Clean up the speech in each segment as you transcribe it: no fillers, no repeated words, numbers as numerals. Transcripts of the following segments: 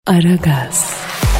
Aragaz.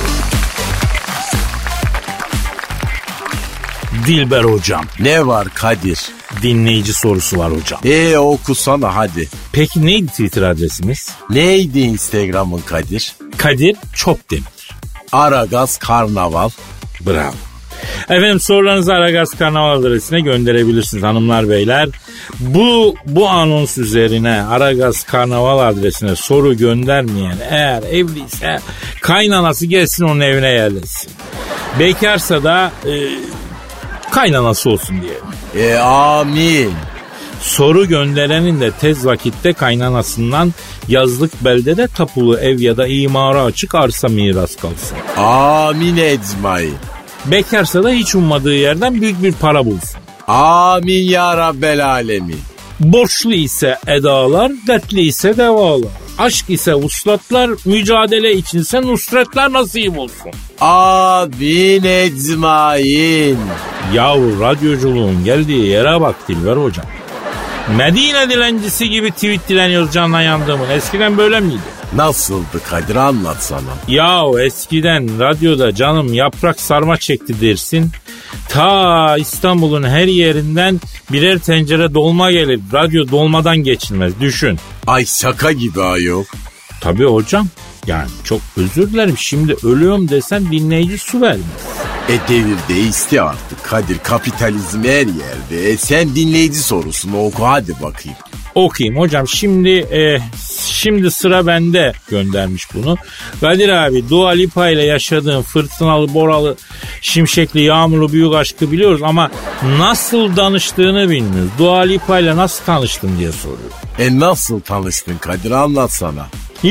Dilber hocam. Ne var Kadir? Dinleyici sorusu var hocam. Okusana hadi. Peki neydi Twitter adresimiz? Neydi Instagram'ın Kadir? Kadir Çopdemir. Aragaz Karnaval. Bravo. Efendim sorularınızı Aragaz Karnaval adresine gönderebilirsiniz hanımlar beyler. Bu anons üzerine Aragaz Karnaval adresine soru göndermeyen eğer evliyse kaynanası gelsin onun evine yerleşsin. Bekarsa da kaynanası olsun diye. Amin. Soru gönderenin de tez vakitte kaynanasından yazlık beldede tapulu ev ya da imara açık arsa miras kalsın. Amin ecmaîn. Bekarsa da hiç ummadığı yerden büyük bir para bulsun. Amin ya Rabbel alemin. Borçlu ise edalar, dertli ise devalar. Aşk ise vuslatlar, mücadele içinse nusretler nasip olsun. Amin ecmaîn. Yahu radyoculuğun geldiği yere bak Dilber hocam. Medine dilencisi gibi tweet dileniyoruz canına yandığımın. Eskiden böyle miydi? Nasıldı Kadir anlatsana. Yahu eskiden radyoda canım yaprak sarma çekti dersin. Ta İstanbul'un her yerinden birer tencere dolma gelir. Radyo dolmadan geçilmez düşün. Ay şaka gibi ayol. Tabii hocam. Yani çok özür dilerim. Şimdi ölüyorum desen dinleyici su vermez. Devir değişti artık Kadir. Kapitalizm her yerde. Sen dinleyici sorusunu oku hadi bakayım. Okuyayım hocam. Şimdi sıra bende göndermiş bunu. Kadir abi Dua Lipa ile yaşadığın fırtınalı, boralı, şimşekli, yağmurlu büyük aşkı biliyoruz ama nasıl tanıştığını bilmiyoruz. Dua Lipa ile nasıl tanıştın diye soruyor. Nasıl tanıştın Kadir anlatsana.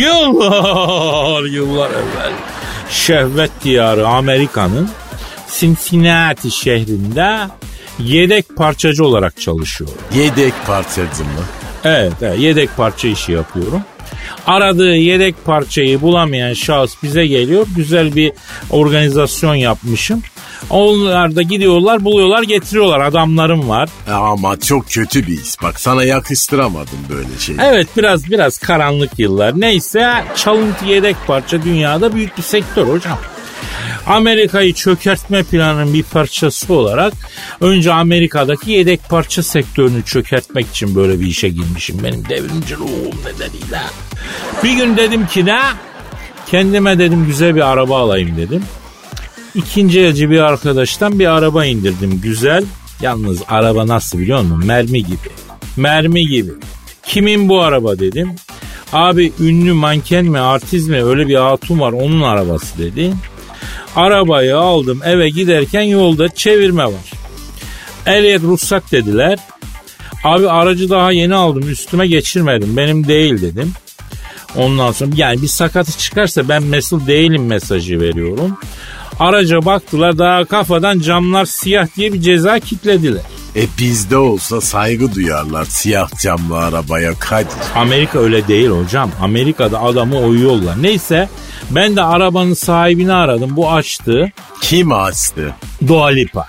Yıllar evvel şehvet diyarı Amerika'nın Cincinnati şehrinde yedek parçacı olarak çalışıyorum. Yedek parçacı mı? Evet, yedek parça işi yapıyorum. Aradığı yedek parçayı bulamayan şahıs bize geliyor. Güzel bir organizasyon yapmışım. Onlar da gidiyorlar, buluyorlar, getiriyorlar. Adamlarım var. Ama çok kötü bir iş. Bak sana yakıştıramadım böyle şey. Evet biraz karanlık yıllar. Neyse çalıntı yedek parça dünyada büyük bir sektör hocam. Amerika'yı çökertme planının bir parçası olarak önce Amerika'daki yedek parça sektörünü çökertmek için böyle bir işe girmişim. Benim devrimci ruhum nedeniyle. Bir gün dedim ki kendime dedim güzel bir araba alayım dedim. İkinci elci bir arkadaştan bir araba indirdim güzel. Yalnız araba nasıl biliyor musun? Mermi gibi. Mermi gibi. Kimin bu araba dedim. Abi ünlü manken mi artist mi öyle bir hatun var onun arabası dedi. Arabayı aldım eve giderken yolda çevirme var. Ehliyet ruhsat dediler. Abi aracı daha yeni aldım üstüme geçirmedim benim değil dedim. Ondan sonra yani bir sakatı çıkarsa ben mesul değilim mesajı veriyorum. Araca baktılar daha kafadan camlar siyah diye bir ceza kitlediler. Bizde olsa saygı duyarlar siyah camlı arabaya Kadir. Amerika öyle değil hocam. Amerika'da adamı oyuyorlar. Neyse ben de arabanın sahibini aradım. Bu açtı. Kim açtı? Dua Lipa.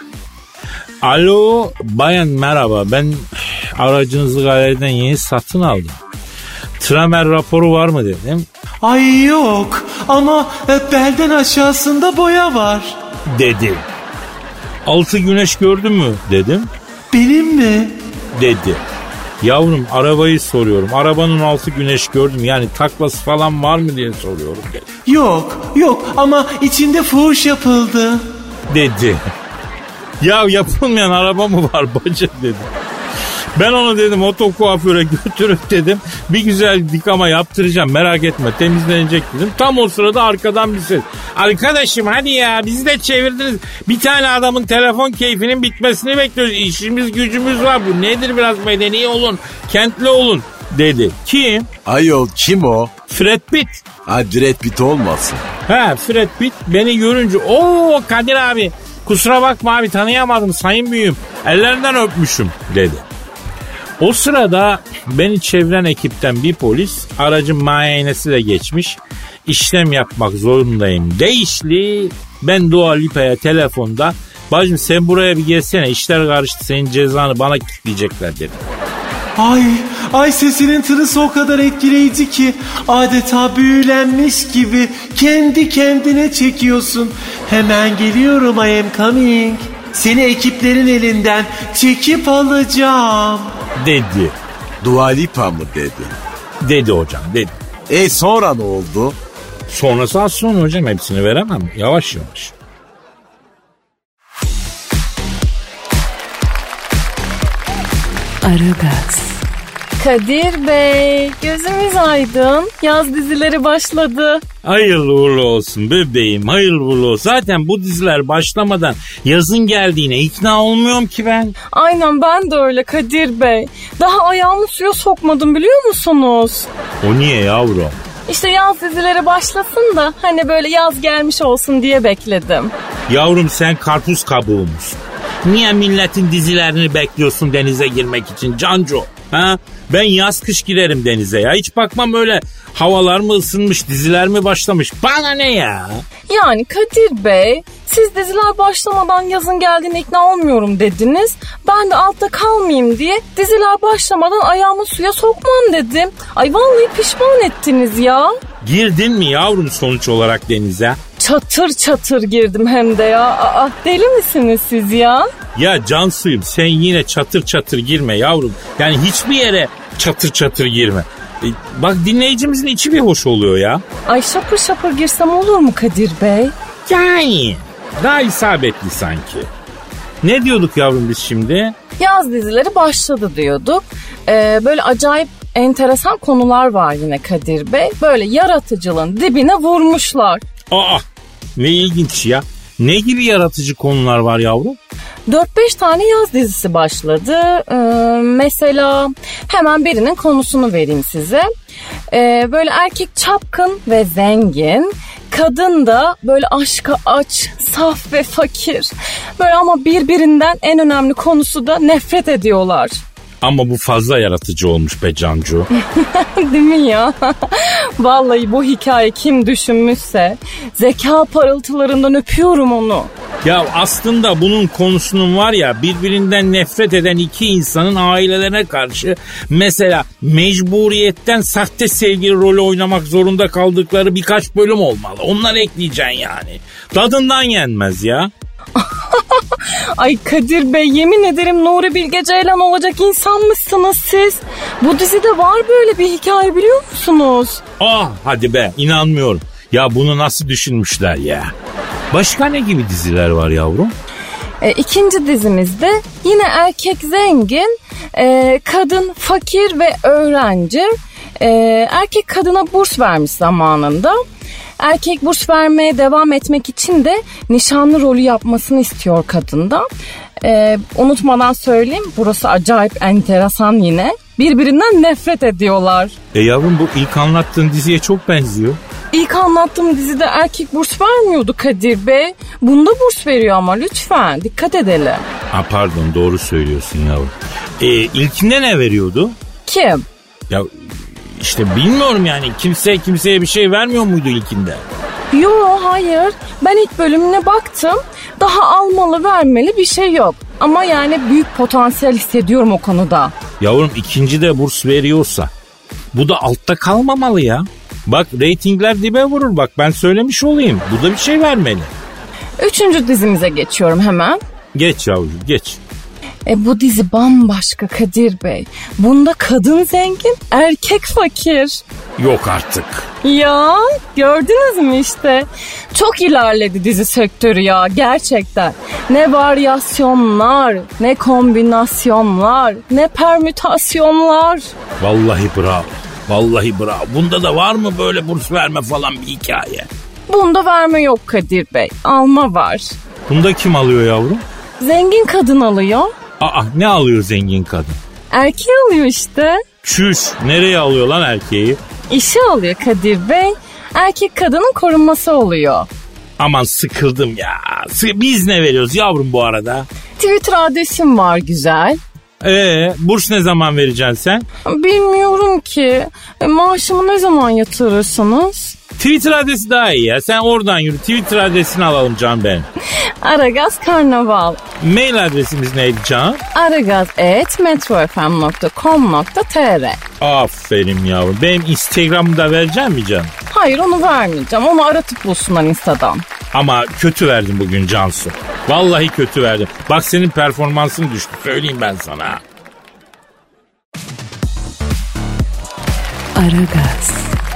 Alo bayan merhaba ben aracınızı galeriden yeni satın aldım. Tramer raporu var mı dedim. Ay yok ama belden aşağısında boya var. Dedi. Altı güneş gördün mü dedim. Benim mi? Dedi. Yavrum arabayı soruyorum. Arabanın altı güneş gördüm. Yani taklası falan var mı diye soruyorum dedi. Yok ama içinde fuhuş yapıldı. Dedi. Ya yapılmayan araba mı var bacı dedi. Ben onu dedim otokuaföre götürüp dedim bir güzel dikama yaptıracağım merak etme temizlenecek dedim. Tam o sırada arkadan bir ses. Arkadaşım hadi ya bizi de çevirdiniz. Bir tane adamın telefon keyfinin bitmesini bekliyoruz. İşimiz gücümüz var bu nedir biraz medeni olun kentli olun dedi. Kim? Ayol kim o? Fred Pitt. Brad Pitt olmasın. Fred Pitt beni görünce ooo Kadir abi kusura bakma abi tanıyamadım sayın büyüğüm ellerinden öpmüşüm dedi. O sırada beni çeviren ekipten bir polis aracın muayenesi de geçmiş. İşlem yapmak zorundayım. Değişli ben Dua Lipa'ya telefonda bacım sen buraya bir gelsene işler karıştı senin cezanı bana kilitleyecekler dedim. Ay sesinin tınısı o kadar etkileyici ki adeta büyülenmiş gibi kendi kendine çekiyorsun. Hemen geliyorum, I am coming. Seni ekiplerin elinden çekip alacağım. Dedi. Dua Lipa mı dedi? Dedi hocam, dedi. Sonra ne oldu? Sonrası az sonra hocam, hepsini veremem. Yavaş yavaş. Aragaz. Kadir Bey, gözümüz aydın. Yaz dizileri başladı. Hayırlı uğurlu olsun bebeğim, hayırlı uğurlu olsun. Zaten bu diziler başlamadan yazın geldiğine ikna olmuyorum ki ben. Aynen, ben de öyle Kadir Bey. Daha ayağımı suya sokmadım, biliyor musunuz? O niye yavrum? İşte yaz dizileri başlasın da hani böyle yaz gelmiş olsun diye bekledim. Yavrum sen karpuz kabuğu musun? Niye milletin dizilerini bekliyorsun denize girmek için Canco? Ha? Ben yaz kış girerim denize ya. Hiç bakmam öyle havalar mı ısınmış, diziler mi başlamış. Bana ne ya? Yani Kadir Bey, siz diziler başlamadan yazın geldiğine ikna olmuyorum dediniz. Ben de altta kalmayayım diye diziler başlamadan ayağımı suya sokmam dedim. Ay vallahi pişman ettiniz ya. Girdin mi yavrum sonuç olarak denize? Çatır çatır girdim hem de ya. Aa, deli misiniz siz ya? Ya Cansuyum, sen yine çatır çatır girme yavrum. Yani hiçbir yere çatır çatır girme. Bak dinleyicimizin içi bir hoş oluyor ya. Ay şapır şapır girsem olur mu Kadir Bey? Yani daha isabetli sanki. Ne diyorduk yavrum biz şimdi? Yaz dizileri başladı diyorduk. Böyle acayip enteresan konular var yine Kadir Bey. Böyle yaratıcılığın dibine vurmuşlar. Aa, ne ilginç ya. Ne gibi yaratıcı konular var yavrum? 4-5 tane yaz dizisi başladı. Mesela hemen birinin konusunu vereyim size. Böyle erkek çapkın ve zengin. Kadın da böyle aşka aç, saf ve fakir. Böyle ama birbirinden en önemli konusu da nefret ediyorlar. Ama bu fazla yaratıcı olmuş be Cancu. Değil mi ya? Vallahi bu hikaye kim düşünmüşse zeka parıltılarından öpüyorum onu. Ya aslında bunun konusunun var ya, birbirinden nefret eden iki insanın ailelerine karşı mesela mecburiyetten sahte sevgili rolü oynamak zorunda kaldıkları birkaç bölüm olmalı. Onları ekleyeceksin yani. Tadından yenmez ya. Ay Kadir Bey, yemin ederim Nuri Bilge Ceylan olacak insanmışsınız siz. Bu dizide var böyle bir hikaye, biliyor musunuz? Hadi be, inanmıyorum. Ya bunu nasıl düşünmüşler ya? Başka ne gibi diziler var yavrum? İkinci dizimizde yine erkek zengin, kadın fakir ve öğrenci. Erkek kadına burs vermiş zamanında. Erkek burs vermeye devam etmek için de nişanlı rolü yapmasını istiyor kadından. Unutmadan söyleyeyim, burası acayip enteresan yine. Birbirinden nefret ediyorlar. Yavrum bu ilk anlattığın diziye çok benziyor. İlk anlattığım dizide erkek burs vermiyordu Kadir Bey. Bunda burs veriyor ama lütfen dikkat edelim. Pardon, doğru söylüyorsun yavrum. İlkinde ne veriyordu? Kim? Ya işte bilmiyorum yani, kimseye bir şey vermiyor muydu ilkinde? Yo, hayır, ben ilk bölümüne baktım, daha almalı vermeli bir şey yok. Ama yani büyük potansiyel hissediyorum o konuda. Yavrum ikinci de burs veriyorsa bu da altta kalmamalı ya. Bak reytingler dibe vurur, bak ben söylemiş olayım, bu da bir şey vermeli. Üçüncü dizimize geçiyorum hemen. Geç yavrum geç. Bu dizi bambaşka Kadir Bey. Bunda kadın zengin, erkek fakir. Yok artık. Ya gördünüz mü işte. Çok ilerledi dizi sektörü ya gerçekten. Ne varyasyonlar, ne kombinasyonlar, ne permütasyonlar. Vallahi bravo. Vallahi bravo. Bunda da var mı böyle burs verme falan bir hikaye? Bunda verme yok Kadir Bey. Alma var. Bunda kim alıyor yavrum? Zengin kadın alıyor. Ne alıyor zengin kadın? Erkeği alıyor işte. Çüş, nereye alıyor lan erkeği? İşi alıyor Kadir Bey. Erkek kadının korunması oluyor. Aman sıkıldım ya. Biz ne veriyoruz yavrum bu arada? Twitter adresim var güzel. Burs ne zaman vereceksin sen? Bilmiyorum ki. Maaşımı ne zaman yatırırsınız? Twitter adresi daha iyi ya. Sen oradan yürü. Twitter adresini alalım canım benim. Aragaz Karnaval. Mail adresimiz neydi Can? aragaz@metrofm.com.tr. Aferin yavrum. Benim Instagram'ı da vereceğim mi Can? Hayır, onu vermeyeceğim. Onu aratıp bulsunlar Insta'dan. Ama kötü verdim bugün Cansu. Vallahi kötü verdim. Bak senin performansın düştü. Söyleyeyim ben sana. Aragaz.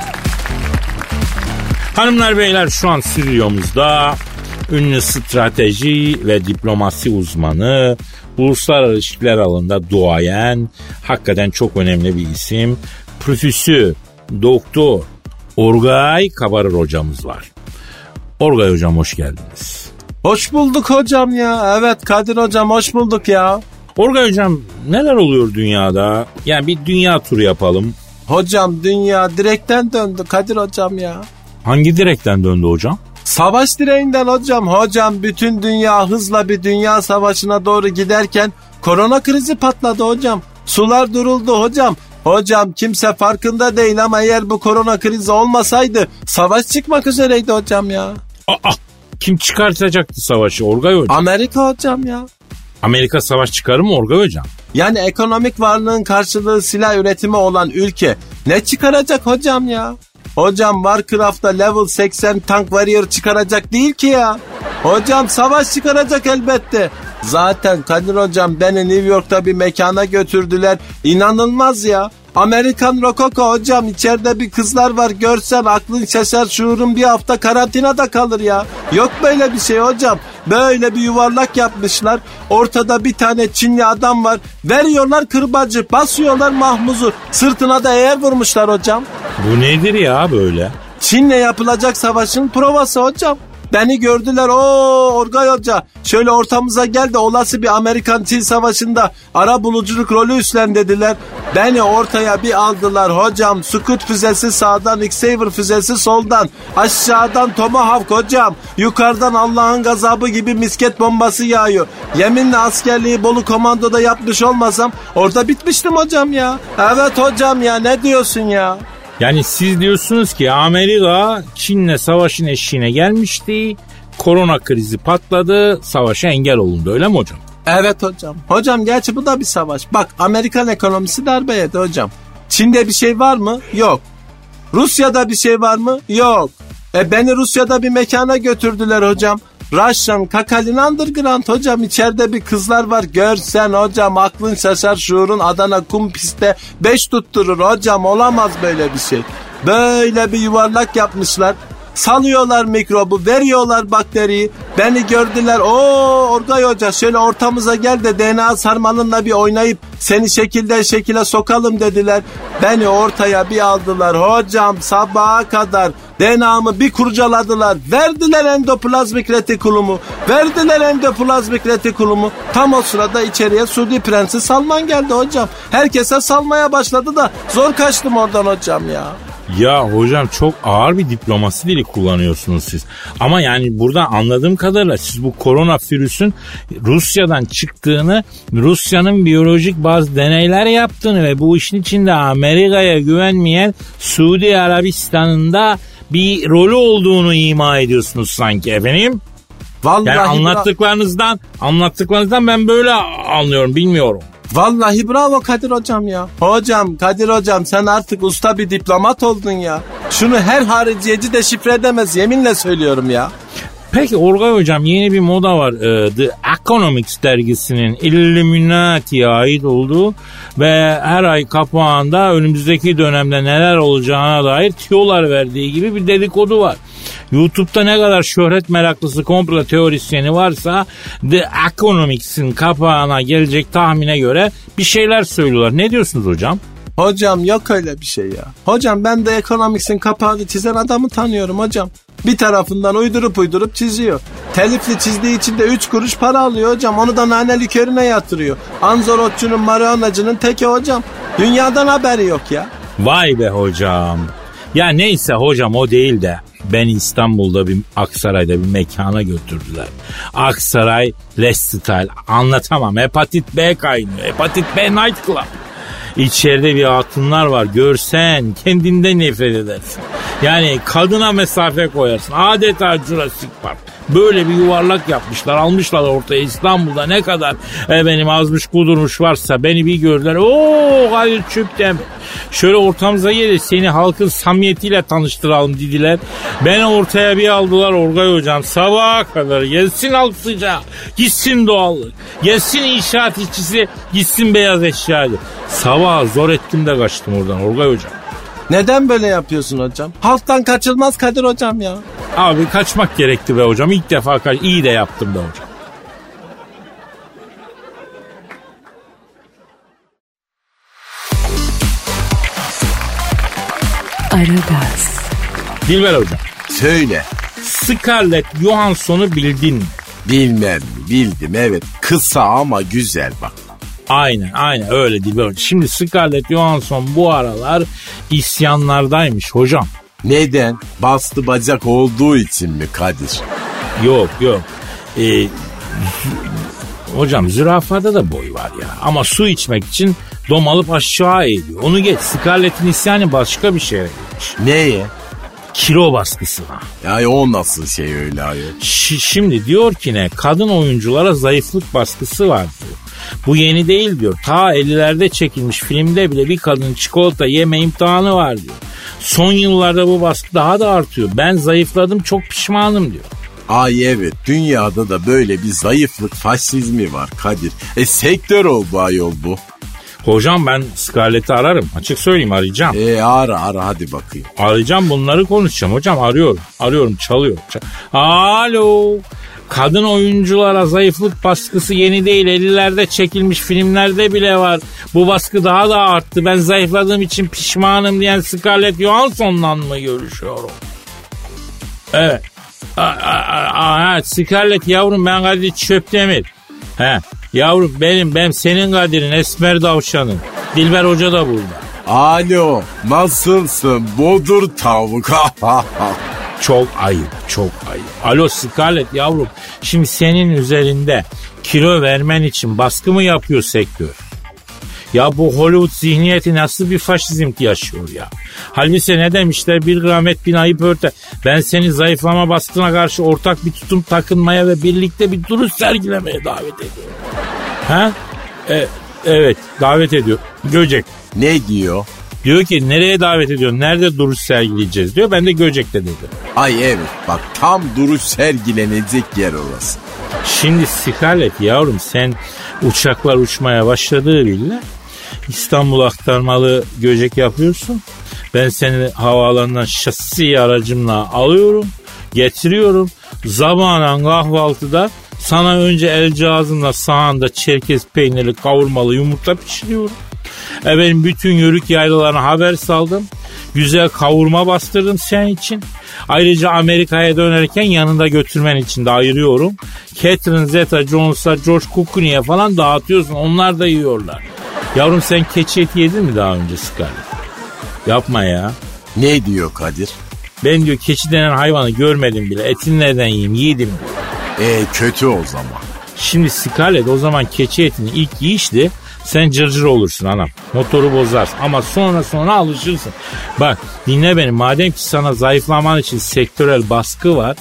Hanımlar beyler, şu an stüdyomuzda ünlü strateji ve diplomasi uzmanı, uluslararası ilişkiler alanında duayen, hakikaten çok önemli bir isim, Profesör Doktor Orgay Kabarır hocamız var. Orgay hocam, hoş geldiniz. Hoş bulduk hocam ya. Evet Kadir hocam, hoş bulduk ya. Orgay hocam, neler oluyor dünyada? Yani bir dünya turu yapalım. Hocam dünya direkten döndü Kadir hocam ya. Hangi direkten döndü hocam? Savaş direğinden hocam. Hocam bütün dünya hızla bir dünya savaşına doğru giderken korona krizi patladı hocam. Sular duruldu hocam. Hocam kimse farkında değil ama eğer bu korona krizi olmasaydı savaş çıkmak üzereydi hocam ya. Kim çıkartacaktı savaşı Orgay hocam? Amerika hocam ya. Amerika savaş çıkarır mı Orgay hocam? Yani ekonomik varlığın karşılığı silah üretimi olan ülke ne çıkaracak hocam ya? Hocam Warcraft'ta level 80 tank warrior çıkaracak değil ki ya. Hocam savaş çıkaracak elbette. Zaten Kadir hocam beni New York'ta bir mekana götürdüler. İnanılmaz ya. Amerikan Rokoko hocam, içeride bir kızlar var, görsen aklın şaşar, şuurun bir hafta karantinada kalır ya. Yok böyle bir şey hocam. Böyle bir yuvarlak yapmışlar. Ortada bir tane Çinli adam var. Veriyorlar kırbacı, basıyorlar mahmuzu. Sırtına da eğer vurmuşlar hocam. Bu nedir ya böyle? Çin'le yapılacak savaşın provası hocam. Beni gördüler, Orgay Hoca şöyle ortamıza gel de olası bir Amerikan-Çin savaşında ara buluculuk rolü üstlen dediler. Beni ortaya bir aldılar hocam. Sukut füzesi sağdan, X-Saver füzesi soldan, aşağıdan Tomahawk hocam, yukarıdan Allah'ın gazabı gibi misket bombası yağıyor. Yeminle askerliği Bolu Komando'da yapmış olmasam orada bitmiştim hocam ya. Evet hocam ya, ne diyorsun ya? Yani siz diyorsunuz ki Amerika Çin'le savaşın eşiğine gelmişti. Korona krizi patladı. Savaşa engel olundu, öyle mi hocam? Evet hocam. Hocam gerçi bu da bir savaş. Bak Amerikan ekonomisi darbe yedi hocam. Çin'de bir şey var mı? Yok. Rusya'da bir şey var mı? Yok. Beni Rusya'da bir mekana götürdüler hocam. Russian Kakalin Underground hocam, içeride bir kızlar var, görsen hocam aklın şaşar, şuurun Adana kum pistte 5 tutturur hocam, olamaz böyle bir şey. Böyle bir yuvarlak yapmışlar, salıyorlar mikrobu, veriyorlar bakteriyi. Beni gördüler, Orgay Hoca şöyle ortamıza gel de DNA sarmalınla bir oynayıp seni şekilden şekile sokalım dediler. Beni ortaya bir aldılar hocam, sabaha kadar DNA'mı bir kurcaladılar. Verdiler endoplazmik retikulumu. Tam o sırada içeriye Suudi Prensi Salman geldi hocam. Herkese salmaya başladı da zor kaçtım oradan hocam ya. Ya hocam çok ağır bir diplomasi dili kullanıyorsunuz siz. Ama yani buradan anladığım kadarıyla siz bu koronavirüsün Rusya'dan çıktığını, Rusya'nın biyolojik bazı deneyler yaptığını ve bu işin içinde Amerika'ya güvenmeyen Suudi Arabistan'ın da bir rolü olduğunu ima ediyorsunuz sanki efendim. Vallahi yani anlattıklarınızdan ben böyle anlıyorum, bilmiyorum. Vallahi bravo Kadir hocam ya. Kadir hocam sen artık usta bir diplomat oldun ya. Şunu her hariciyeci de şifre edemez, yeminle söylüyorum ya. Peki Orgay hocam, yeni bir moda var. The Economics dergisinin Illuminati'ye ait olduğu ve her ay kapağında önümüzdeki dönemde neler olacağına dair tiyolar verdiği gibi bir dedikodu var. YouTube'da ne kadar şöhret meraklısı komplo teorisyeni varsa The Economics'in kapağına gelecek tahmine göre bir şeyler söylüyorlar. Ne diyorsunuz hocam? Hocam yok öyle bir şey ya. Hocam ben de Economics'in kapağını çizen adamı tanıyorum hocam. Bir tarafından uydurup çiziyor. Telifli çizdiği için de 3 kuruş para alıyor hocam. Onu da nane likörüne yatırıyor. Anzorotçunun, marihuanacının teki hocam. Dünyadan haberi yok ya. Vay be hocam. Ya neyse hocam, o değil de beni İstanbul'da bir Aksaray'da bir mekana götürdüler. Aksaray Lifestyle, anlatamam. Hepatit B kaynıyor. Hepatit B Night Club. İçeride bir hatunlar var. Görsen kendinden nefret edersin. Yani kadına mesafe koyarsın. Adeta Jurassic Park. Böyle bir yuvarlak yapmışlar. Almışlar ortaya İstanbul'da ne kadar benim azmış kudurmuş varsa beni bir gördüler. Ooo Kadir Çöptemir. Şöyle ortamıza gelip seni halkın samimiyetiyle tanıştıralım dediler. Beni ortaya bir aldılar Orgay hocam. Sabaha kadar gelsin halk sıcağı. Gitsin doğallık. Gelsin inşaat işçisi. Gitsin beyaz eşyacı. Sabah zor ettim de kaçtım oradan Orgay hocam. Neden böyle yapıyorsun hocam? Halktan kaçılmaz Kadir hocam ya. Abi kaçmak gerekti be hocam. İlk defa iyi de yaptım be hocam. Aragaz. Dilber hocam. Söyle. Scarlett Johansson'u bildin mi? Bilmem bildim evet. Kısa ama güzel bak. Aynen öyle Dilber hocam. Şimdi Scarlett Johansson bu aralar isyanlardaymış hocam. Neden? Bastı bacak olduğu için mi Kadir? Yok. Hocam zürafada da boy var ya. Ama su içmek için domalıp aşağı eğiliyor. Onu geç. Scarlett'in isyanı başka bir şeye gitmiş. Neye? Kilo baskısına. Ya o nasıl şey öyle ayol? Şimdi diyor ki ne? Kadın oyunculara zayıflık baskısı var diyor. Bu yeni değil diyor. Ta 50'lerde çekilmiş filmde bile bir kadın çikolata yeme imtihanı var diyor. Son yıllarda bu baskı daha da artıyor. Ben zayıfladım çok pişmanım diyor. Ay evet dünyada da böyle bir zayıflık faşizmi var Kadir. Sektör oldu ayol bu. Hocam ben Scarlett'i ararım. Açık söyleyeyim arayacağım. Ara hadi bakayım. Arayacağım bunları konuşacağım hocam arıyorum çalıyor. Alo. Kadın oyunculara zayıflık baskısı yeni değil 50'lerde çekilmiş filmlerde bile var. Bu baskı daha da arttı. Ben zayıfladığım için pişmanım diyen Scarlett Johansson'la mı görüşüyorum? Evet. Scarlett yavrum ben Kadir Çöptemir. Yavrum ben senin Kadir'in esmer davşanın. Dilber Hoca da burada. Alo nasılsın bodur tavuk? Çok ayıp. Alo Scarlett yavrum. Şimdi senin üzerinde kilo vermen için baskı mı yapıyor sektör? Ya bu Hollywood zihniyeti nasıl bir faşizm yaşıyor ya? Halbuki ne demişler? Bir gram et bin ayıp örter. Ben seni zayıflama baskına karşı ortak bir tutum takınmaya ve birlikte bir duruş sergilemeye davet ediyorum. Evet davet ediyor. Göcek. Ne diyor? Diyor ki nereye davet ediyorsun? Nerede duruş sergileyeceğiz diyor. Ben de Göcek'te dedim. Ay evet bak tam duruş sergilenecek yer orası. Şimdi Scarlett yavrum sen uçaklar uçmaya başladığı bile İstanbul aktarmalı Göcek yapıyorsun. Ben seni havaalanından şasi aracımla alıyorum, getiriyorum. Zamanla kahvaltıda sana önce el cihazımla sahanda Çerkez peynirli kavurmalı yumurta pişiriyorum. Benim bütün yörük yaylalarına haber saldım. Güzel kavurma bastırdım senin için. Ayrıca Amerika'ya dönerken yanında götürmen için de ayırıyorum. Catherine Zeta-Jones'a, George Clooney'e falan dağıtıyorsun. Onlar da yiyorlar. Yavrum sen keçi eti yedin mi daha önce Scarlett? Yapma ya. Ne diyor Kadir? Ben diyor keçi denen hayvanı görmedim bile. Etini nereden yiyeyim? Yedim diyor. Kötü o zaman. Şimdi Scarlett o zaman keçi etini ilk yiyişti. Sen cırcır olursun anam. Motoru bozarsın ama sonra alışırsın. Bak dinle beni. Madem ki sana zayıflaman için sektörel baskı var.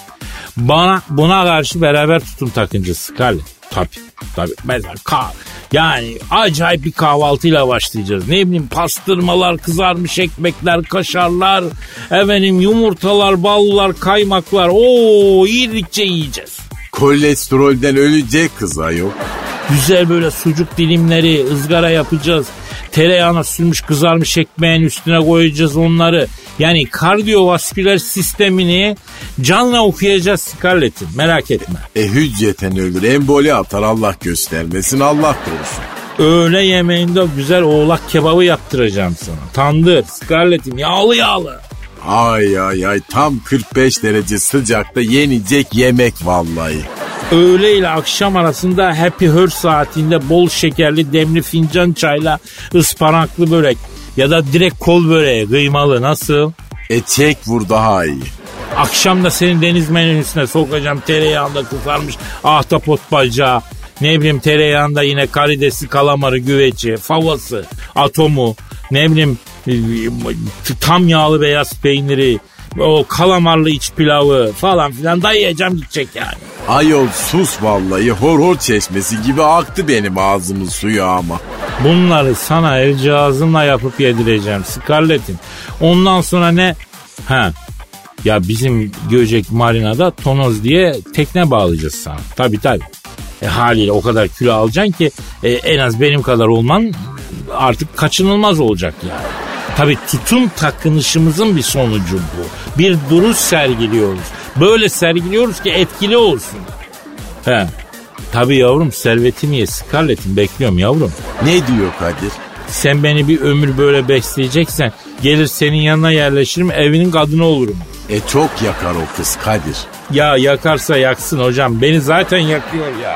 Buna karşı beraber tutum takınca Scarlett. Tabii. Mesela yani acayip bir kahvaltıyla başlayacağız. Ne bileyim pastırmalar, kızarmış ekmekler, kaşarlar, yumurtalar, ballar, kaymaklar. Yedikçe yiyeceğiz. Kolesterolden ölecek kız ayol. Güzel böyle sucuk dilimleri, ızgara yapacağız. Tereyağına sürmüş kızarmış ekmeğin üstüne koyacağız onları. Yani kardiyovasküler sistemini canla okuyacağız Scarlett'in. Merak etme. Hücceten ölür. Emboli atar Allah göstermesin Allah korusun. Öğle yemeğinde güzel oğlak kebabı yaptıracağım sana. Tandır Scarlett'im yağlı. Ay tam 45 derece sıcakta yenecek yemek vallahi. Öğle ile akşam arasında happy hour saatinde bol şekerli demli fincan çayla ıspanaklı börek ya da direkt kol böreği kıymalı nasıl? Çek vur daha iyi. Akşam da senin deniz menüsüne sokacağım tereyağında kızarmış ahtapot bacağı. Ne bileyim tereyağında yine karidesi, kalamarı, güveci, favası, atomu, ne bileyim tam yağlı beyaz peyniri, o kalamarlı iç pilavı falan filan dayayacağım gidecek yani. Ayol sus vallahi, hor çeşmesi gibi aktı benim ağzımın suyu ama. Bunları sana el cihazımla yapıp yedireceğim Scarlett'im. Ondan sonra ne? Ya bizim Göcek Marina'da Tonoz diye tekne bağlayacağız sana. Tabii. Haliyle o kadar kilo alacaksın ki en az benim kadar olman artık kaçınılmaz olacak yani. Tabii tutum takınışımızın bir sonucu bu. Bir duruş sergiliyoruz. Böyle sergiliyoruz ki etkili olsun. Tabii yavrum, servetimi ye Scarlett'im, bekliyorum yavrum. Ne diyor Kadir? Sen beni bir ömür böyle besleyeceksen gelir senin yanına yerleşirim, evinin kadını olurum. Çok yakar o kız Kadir. Ya yakarsa yaksın hocam, beni zaten yakıyor ya.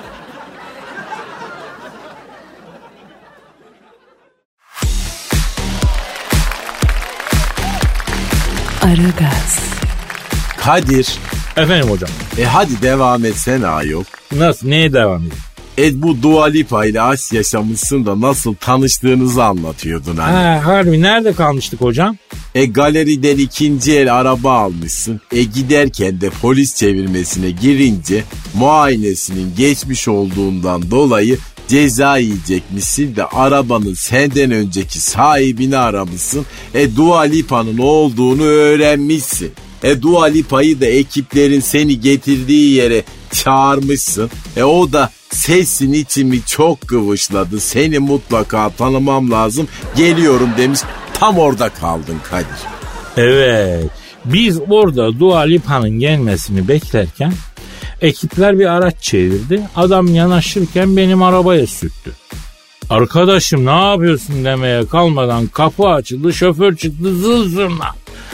Aragaz. Kadir. Efendim hocam. Hadi devam etsene ayol. Nasıl? Neye devam edeyim? Bu Dua Lipa ile aşk yaşamışsın da nasıl tanıştığınızı anlatıyordun hani. Harbi nerede kalmıştık hocam? Galeriden ikinci el araba almışsın. Giderken de polis çevirmesine girince muayenesinin geçmiş olduğundan dolayı ceza yiyecekmişsin de arabanın senden önceki sahibini aramışsın. Dua Lipa'nın olduğunu öğrenmişsin. Dua Lipa'yı da ekiplerin seni getirdiği yere çağırmışsın. O da sesin içimi çok kıvışladı. Seni mutlaka tanımam lazım. Geliyorum demiş. Tam orada kaldın Kadir. Evet. Biz orada Dua Lipa'nın gelmesini beklerken ekipler bir araç çevirdi. Adam yanaşırken benim arabaya sürttü. Arkadaşım ne yapıyorsun demeye kalmadan kapı açıldı, şoför çıktı zırna.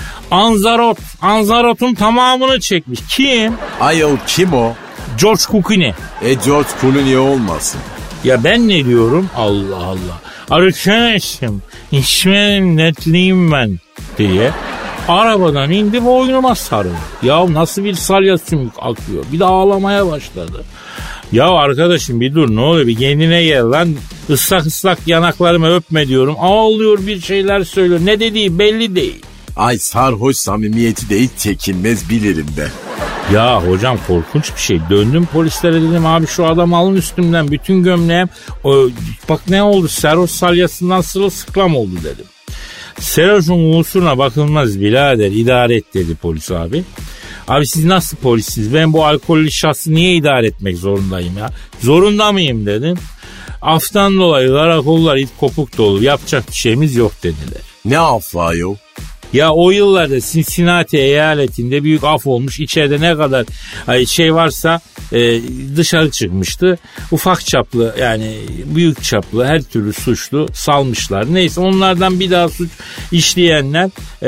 Anzarot'un tamamını çekmiş. Kim? Ayol kim o? George Clooney. George Clooney olmasın. Ya ben ne diyorum? Allah Allah. Arkadaşım içmenin netliyim ben diye arabadan indi, boynuma sarıldı. Ya nasıl bir salya sümük akıyor. Bir de ağlamaya başladı. Ya arkadaşım bir dur, ne oluyor, bir kendine gel lan. Islak yanaklarımı öpme diyorum. Ağlıyor, bir şeyler söylüyor. Ne dediği belli değil. Ay sarhoş samimiyeti de hiç çekinmez, bilirim ben. Ya hocam korkunç bir şey. Döndüm polislere, dedim abi şu adamı alın üstümden, bütün gömleğim. Bak ne oldu, sarhoş salyasından sırılsıklam oldu dedim. Sarhoşun usulüne bakılmaz birader, idare et dedi polis abi. Abi siz nasıl polissiniz? Ben bu alkollü şahsı niye idare etmek zorundayım ya? Zorunda mıyım dedim. Aftan dolayı karakollar it kopuk dolu, yapacak bir şeyimiz yok dediler. Ne affı ayol? Ya o yıllarda Cincinnati eyaletinde büyük af olmuş. İçeride ne kadar şey varsa dışarı çıkmıştı. Ufak çaplı, yani büyük çaplı her türlü suçlu salmışlar. Neyse onlardan bir daha suç işleyenler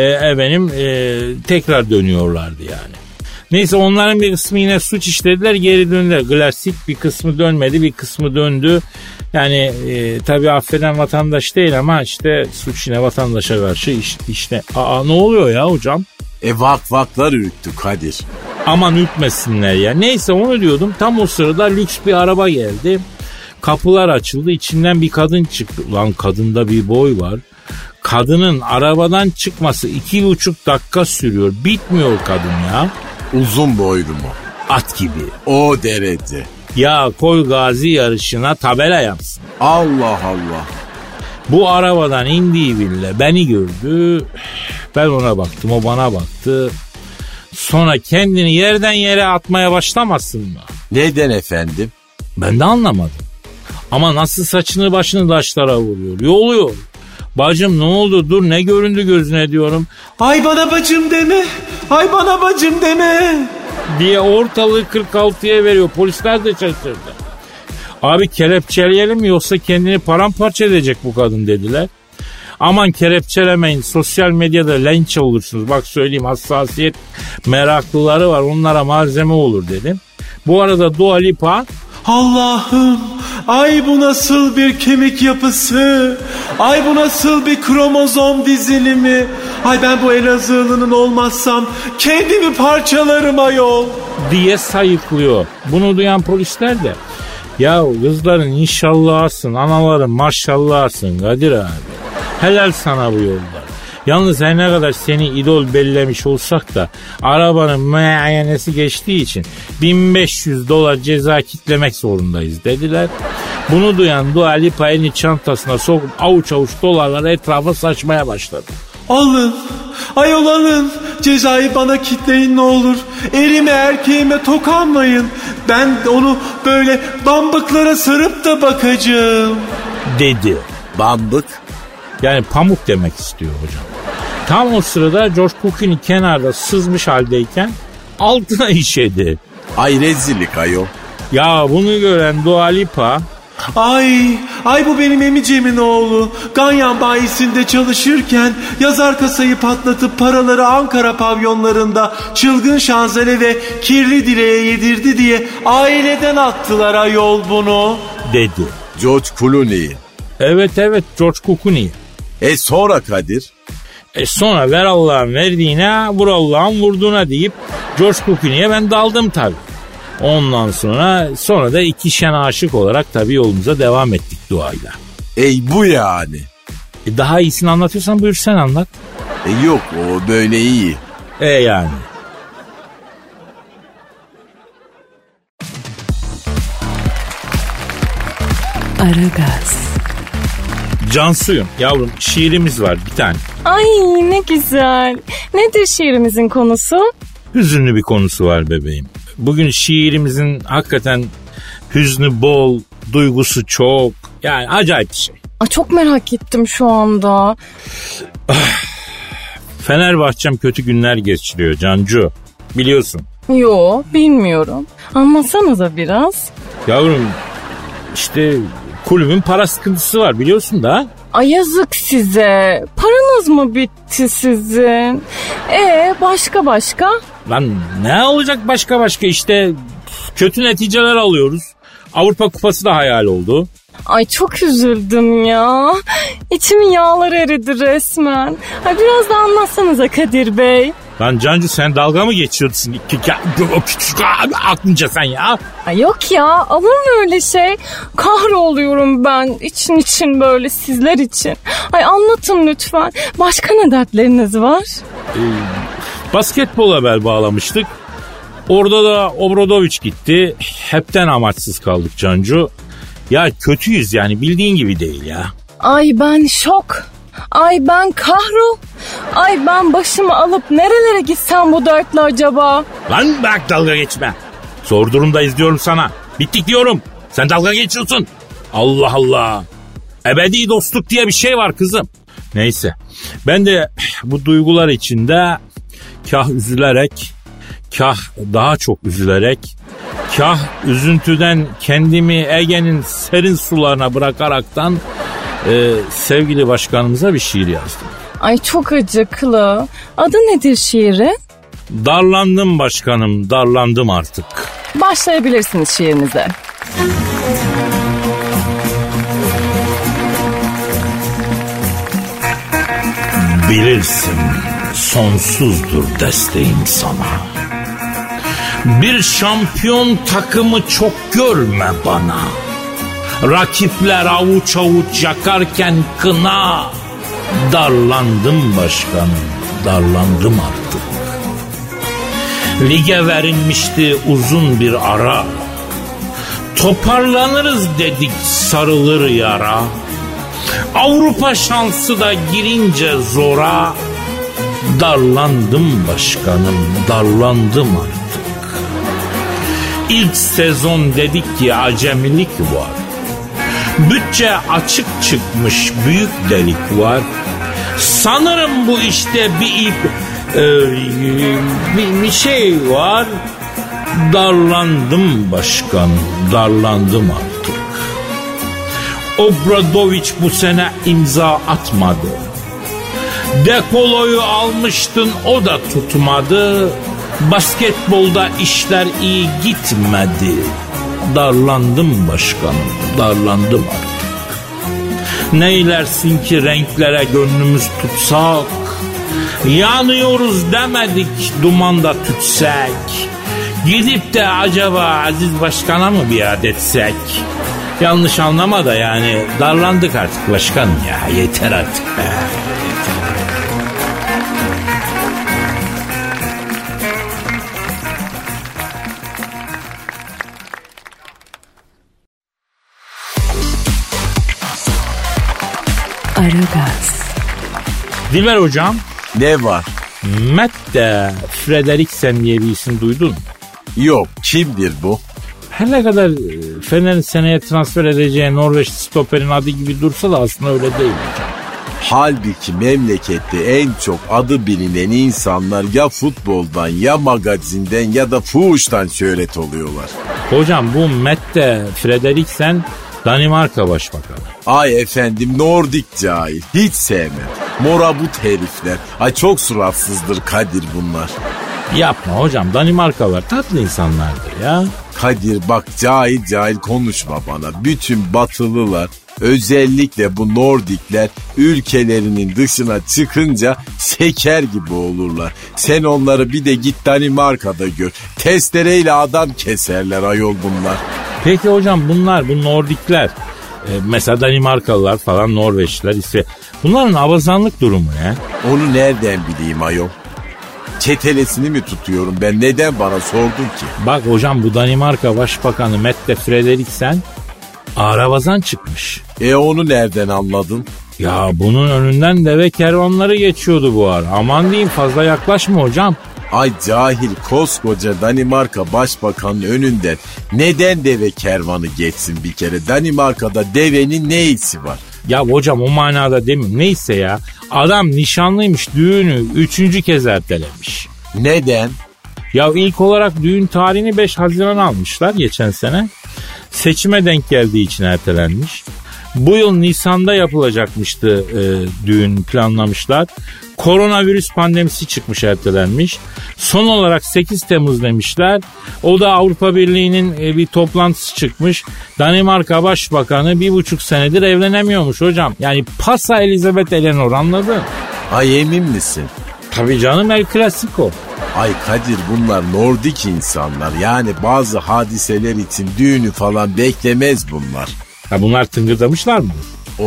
tekrar dönüyorlardı yani. Neyse onların bir kısmı yine suç işlediler, geri döndüler. Klasik, bir kısmı dönmedi, bir kısmı döndü. Yani tabii affeden vatandaş değil ama işte suç yine vatandaşa karşı işte. Ne oluyor ya hocam? Vaklar ürktü Kadir. Aman ürkmesinler ya. Neyse onu diyordum. Tam o sırada lüks bir araba geldi. Kapılar açıldı. İçinden bir kadın çıktı. Ulan kadında bir boy var. Kadının arabadan çıkması 2,5 dakika sürüyor. Bitmiyor kadın ya. Uzun boylu mu? At gibi. O derece. Ya koy gazi yarışına tabela yapsın. Allah Allah. Bu arabadan indiği bile beni gördü. Ben ona baktım, o bana baktı. Sonra kendini yerden yere atmaya başlamasın mı? Neden efendim? Ben de anlamadım. Ama nasıl saçını başını taşlara vuruyor, yoluyor. Bacım ne oldu, dur ne göründü gözüne diyorum. Ay bana bacım deme. Ay bana bacım deme. Diye ortalığı 46'ya veriyor. Polisler de şaşırdı. Abi kelepçeleyelim mi yoksa kendini paramparça edecek bu kadın dediler. Aman kelepçelemeyin, sosyal medyada linç olursunuz. Bak söyleyeyim, hassasiyet meraklıları var, onlara malzeme olur dedim. Bu arada Dua Lipa, Allah'ım, ay bu nasıl bir kemik yapısı, ay bu nasıl bir kromozom dizilimi, ay ben bu Elazığlı'nın olmazsam kendimi parçalarım ayol diye sayıklıyor. Bunu duyan polisler de Ya kızların inşallahsın, anaların maşallahsın Kadir abi. Helal sana bu yollar. Yalnız her ne kadar seni idol bellemiş olsak da arabanın muayenesi geçtiği için $1500 ceza kitlemek zorundayız dediler. Bunu duyan Dua Lipa elini çantasına sokup avuç avuç dolarları etrafa saçmaya başladı. Alın, ayol alın, cezayı bana kitleyin ne olur. Erime erkeğime tokanmayın. Ben onu böyle bambıklara sarıp da bakacağım dedi. Bambık? Yani pamuk demek istiyor hocam. Tam o sırada George Clooney kenarda sızmış haldeyken altına işedi. Ay rezillik ayol. Ya bunu gören Dua Lipa, Ay bu benim emicimin oğlu. Ganyan bayisinde çalışırken yazar kasayı patlatıp paraları Ankara pavyonlarında çılgın şanzele ve kirli direğe yedirdi diye aileden attılar ayol bunu dedi. George Clooney. Evet George Clooney. Sonra Kadir? Sonra ver Allah'ın verdiğine vur Allah'ın vurduğuna deyip George Clooney'e ben daldım tabii. Ondan sonra da iki şen aşık olarak tabii yolumuza devam ettik duayla. Bu yani. Daha iyisini anlatıyorsan buyur sen anlat. Yok o böyle iyi. Yani. Aragaz. Cansuyum yavrum, şiirimiz var bir tane. Ay ne güzel. Nedir şiirimizin konusu? Hüzünlü bir konusu var bebeğim. Bugün şiirimizin hakikaten hüznü bol, duygusu çok. Yani acayip bir şey. Ay çok merak ettim şu anda. Fenerbahçem kötü günler geçiriyor Cancu. Biliyorsun. Yo bilmiyorum. Anlatsanıza biraz. Yavrum işte kulübün para sıkıntısı var biliyorsun da. Ay yazık size. Paranız mı bitti sizin? Başka? Lan ne olacak başka işte kötü neticeler alıyoruz. Avrupa Kupası da hayal oldu. Ay çok üzüldüm ya. İçimin yağları eridi resmen. Ay biraz da anlatsanıza Kadir Bey. Lan Cancu sen dalga mı geçiyorsun? Aklınca sen ya. Ay yok ya, olur mu öyle şey? Kahroluyorum ben için böyle sizler için. Ay anlatın lütfen. Başka ne dertleriniz var? Basketbola bel bağlamıştık. Orada da Obradoviç gitti. Hepten amaçsız kaldık Cancu. Ya kötüyüz yani, bildiğin gibi değil ya. Ay ben şok. Ay ben kahrol. Ay ben başımı alıp nerelere gitsem bu dörtlü acaba? Lan bırak dalga geçme. Zor durumdayız diyorum sana. Bittik diyorum. Sen dalga geçiyorsun. Allah Allah. Ebedi dostluk diye bir şey var kızım. Neyse. Ben de bu duygular içinde kah üzülerek, kah daha çok üzülerek, kah üzüntüden kendimi Ege'nin serin sularına bırakaraktan sevgili başkanımıza bir şiir yazdım. Ay çok acıklı. Adı nedir şiirin? Darlandım başkanım, darlandım artık. Başlayabilirsiniz şiirinize. Bilirsin sonsuzdur desteğim sana. Bir şampiyon takımı çok görme bana. Rakipler avuç avuç yakarken kına. Darlandım başkanım, darlandım artık. Lige verilmişti uzun bir ara. Toparlanırız dedik, sarılır yara. Avrupa şansı da girince zora. Darlandım başkanım, darlandım artık. İlk sezon dedik ki acemilik var. Bütçe açık çıkmış, büyük delik var. Sanırım bu işte bir şey var. Darlandım başkanım, darlandım artık. Obradoviç bu sene imza atmadı. Dekolo'yu almıştın, o da tutmadı. Basketbolda işler iyi gitmedi. Darlandım başkanım, darlandım artık. Neylersin ki renklere gönlümüz tutsak. Yanıyoruz demedik, dumanda tütsek. Gidip de acaba Aziz Başkan'a mı biat etsek? Yanlış anlama da yani darlandık artık başkan ya, yeter artık be. Aragaz. Dilber hocam. Ne var? Mette Frederiksen diye bir isim duydun mu? Yok, kimdir bu? Her ne kadar Fener'in seneye transfer edeceği Norveç stoperin adı gibi dursa da aslında öyle değil hocam. Halbuki memlekette en çok adı bilinen insanlar ya futboldan ya magazinden ya da fuhuştan şöhret oluyorlar. Hocam bu Mette Frederiksen Danimarka Başbakanı. Ay efendim, Nordik cahil. Hiç sevmem. Morabut herifler. Ay çok suratsızdır Kadir bunlar. Yapma hocam, Danimarkalılar tatlı insanlardır ya. Kadir bak, cahil konuşma bana. Bütün batılılar, özellikle bu Nordikler ülkelerinin dışına çıkınca şeker gibi olurlar. Sen onları bir de git Danimarka'da gör. Testereyle adam keserler ayol bunlar. Peki hocam bu Nordikler mesela Danimarkalılar falan, Norveçliler ise bunların abazanlık durumu ne? Onu nereden bileyim ayol? Çetelesini mi tutuyorum ben? Neden bana sordun ki? Bak hocam, bu Danimarka Başbakanı Mette Frederiksen arabazan çıkmış. Onu nereden anladın? Ya bunun önünden deve kervanları geçiyordu bu ara. Aman diyeyim, fazla yaklaşma hocam. Ay cahil, koskoca Danimarka Başbakanı'nın önünden neden deve kervanı geçsin bir kere? Danimarka'da devenin ne işi var? Ya hocam o manada demeyeyim, neyse ya. Adam nişanlıymış, düğünü 3. kez ertelemiş. Neden? Ya ilk olarak düğün tarihini 5 Haziran almışlar geçen sene. Seçime denk geldiği için ertelenmiş. Bu yıl Nisan'da yapılacakmıştı düğün planlamışlar. Koronavirüs pandemisi çıkmış, ertelenmiş. Son olarak 8 Temmuz demişler. O da Avrupa Birliği'nin bir toplantısı çıkmış. Danimarka Başbakanı 1,5 senedir evlenemiyormuş hocam. Yani Pasa Elizabeth Eleanor, anladın? Ay emin misin? Tabii canım, El Clasico. Ay Kadir, bunlar Nordik insanlar. Yani bazı hadiseler için düğünü falan beklemez bunlar. Ha, bunlar tıngırdamışlar mı?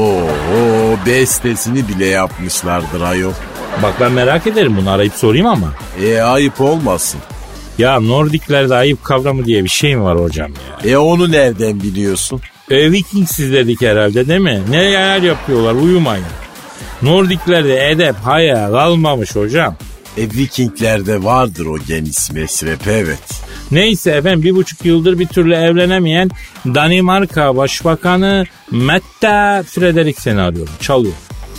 Bestesini bile yapmışlardır ayol. Bak ben merak ederim, bunu arayıp sorayım ama. Ayıp olmasın. Ya Nordiklerde ayıp kavramı diye bir şey mi var hocam ya? Onu nereden biliyorsun? Vikingsiz dedik herhalde değil mi? Neler yapıyorlar, uyumayın. Nordiklerde edep, haya kalmamış hocam. Vikinglerde vardır o geniş meşrep, evet. Neyse efendim, 1,5 yıldır bir türlü evlenemeyen Danimarka Başbakanı Mette Frederiksen'i arıyorum. Çalıyor.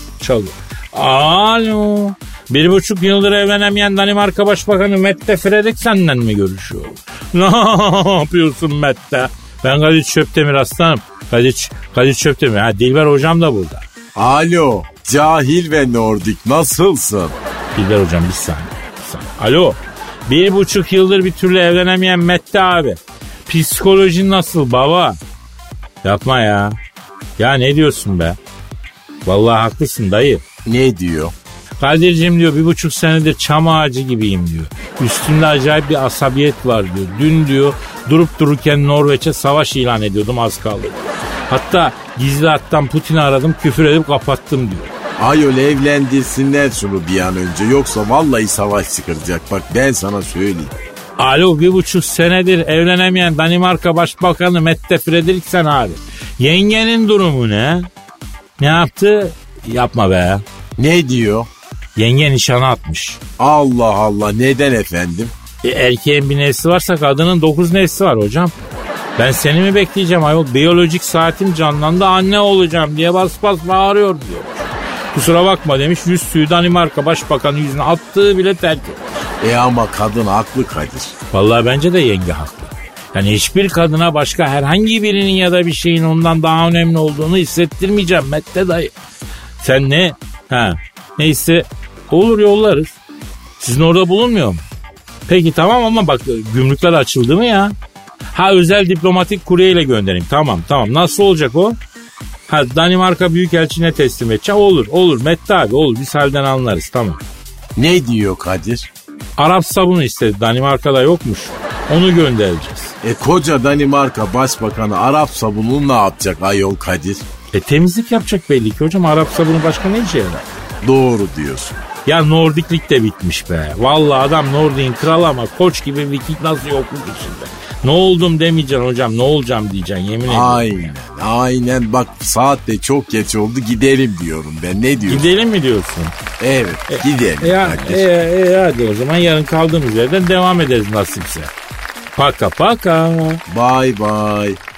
Alo. 1,5 yıldır evlenemeyen Danimarka Başbakanı Mette Frederiksen'le mi görüşüyor? Ne yapıyorsun Mette? Ben Kadir Çöptemir aslanım. Kadir Çöptemir. Ha, Dilber hocam da burada. Alo. Cahil ve Nordik, nasılsın? Dilber hocam bir saniye. Alo. 1,5 yıldır bir türlü evlenemeyen Mette abi. Psikolojin nasıl baba? Yapma ya. Ya ne diyorsun be? Vallahi haklısın dayı. Ne diyor? Kadir'cim diyor, 1,5 senedir çam ağacı gibiyim diyor. Üstümde acayip bir asabiyet var diyor. Dün diyor durup dururken Norveç'e savaş ilan ediyordum, az kaldı. Hatta gizli hattan Putin'i aradım, küfür edip kapattım diyor. Ayol, evlendirsinler şunu bir an önce, yoksa vallahi savaş çıkaracak, bak ben sana söyleyeyim. Alo, 1,5 senedir evlenemeyen Danimarka Başbakanı Mette Frederiksen abi. Yengenin durumu ne? Ne yaptı? Yapma be. Ne diyor? Yenge nişana atmış. Allah Allah, neden efendim? Erkeğin bir nesli varsa kadının 9 nesli var hocam. Ben seni mi bekleyeceğim ayol? Biyolojik saatim canlandı, anne olacağım diye bas bağırıyor diyor. Kusura bakma demiş, yüz suyu Danimarka Başbakanı yüzüne attığı bile terk etti. Ama kadın haklı Kadir. Vallahi bence de yenge haklı. Yani hiçbir kadına başka herhangi birinin ya da bir şeyin ondan daha önemli olduğunu hissettirmeyeceğim Mette dayı. Sen ne? Neyse, olur yollarız. Sizin orada bulunmuyor mu? Peki tamam, ama bak gümrükler açıldı mı ya? Özel diplomatik kuryeyle göndereyim. Tamam. Nasıl olacak o? Danimarka Büyükelçine teslim edeceğim. Olur Mette abi, olur. Biz halden anlarız, tamam. Ne diyor Kadir? Arap sabunu istedi. Danimarka'da yokmuş. Onu göndereceğiz. Koca Danimarka Başbakanı Arap sabunu ne yapacak ayol Kadir? Temizlik yapacak belli ki hocam. Arap sabunu başka ne işe yarar? Doğru diyorsun. Ya Nordiklik de bitmiş be. Vallahi adam Nordik'in kralı ama koç gibi Viking nasıl yokluk içinde. Ne oldum demeyeceksin hocam, ne olacağım diyeceksin, yemin ediyorum. Aynen bak saat de çok geç oldu, gidelim diyorum ben, ne diyorsun? Gidelim mi diyorsun? Evet gidelim. Hadi o zaman yarın kaldığımız yerden devam ederiz nasipse. Paka paka. Bye bye.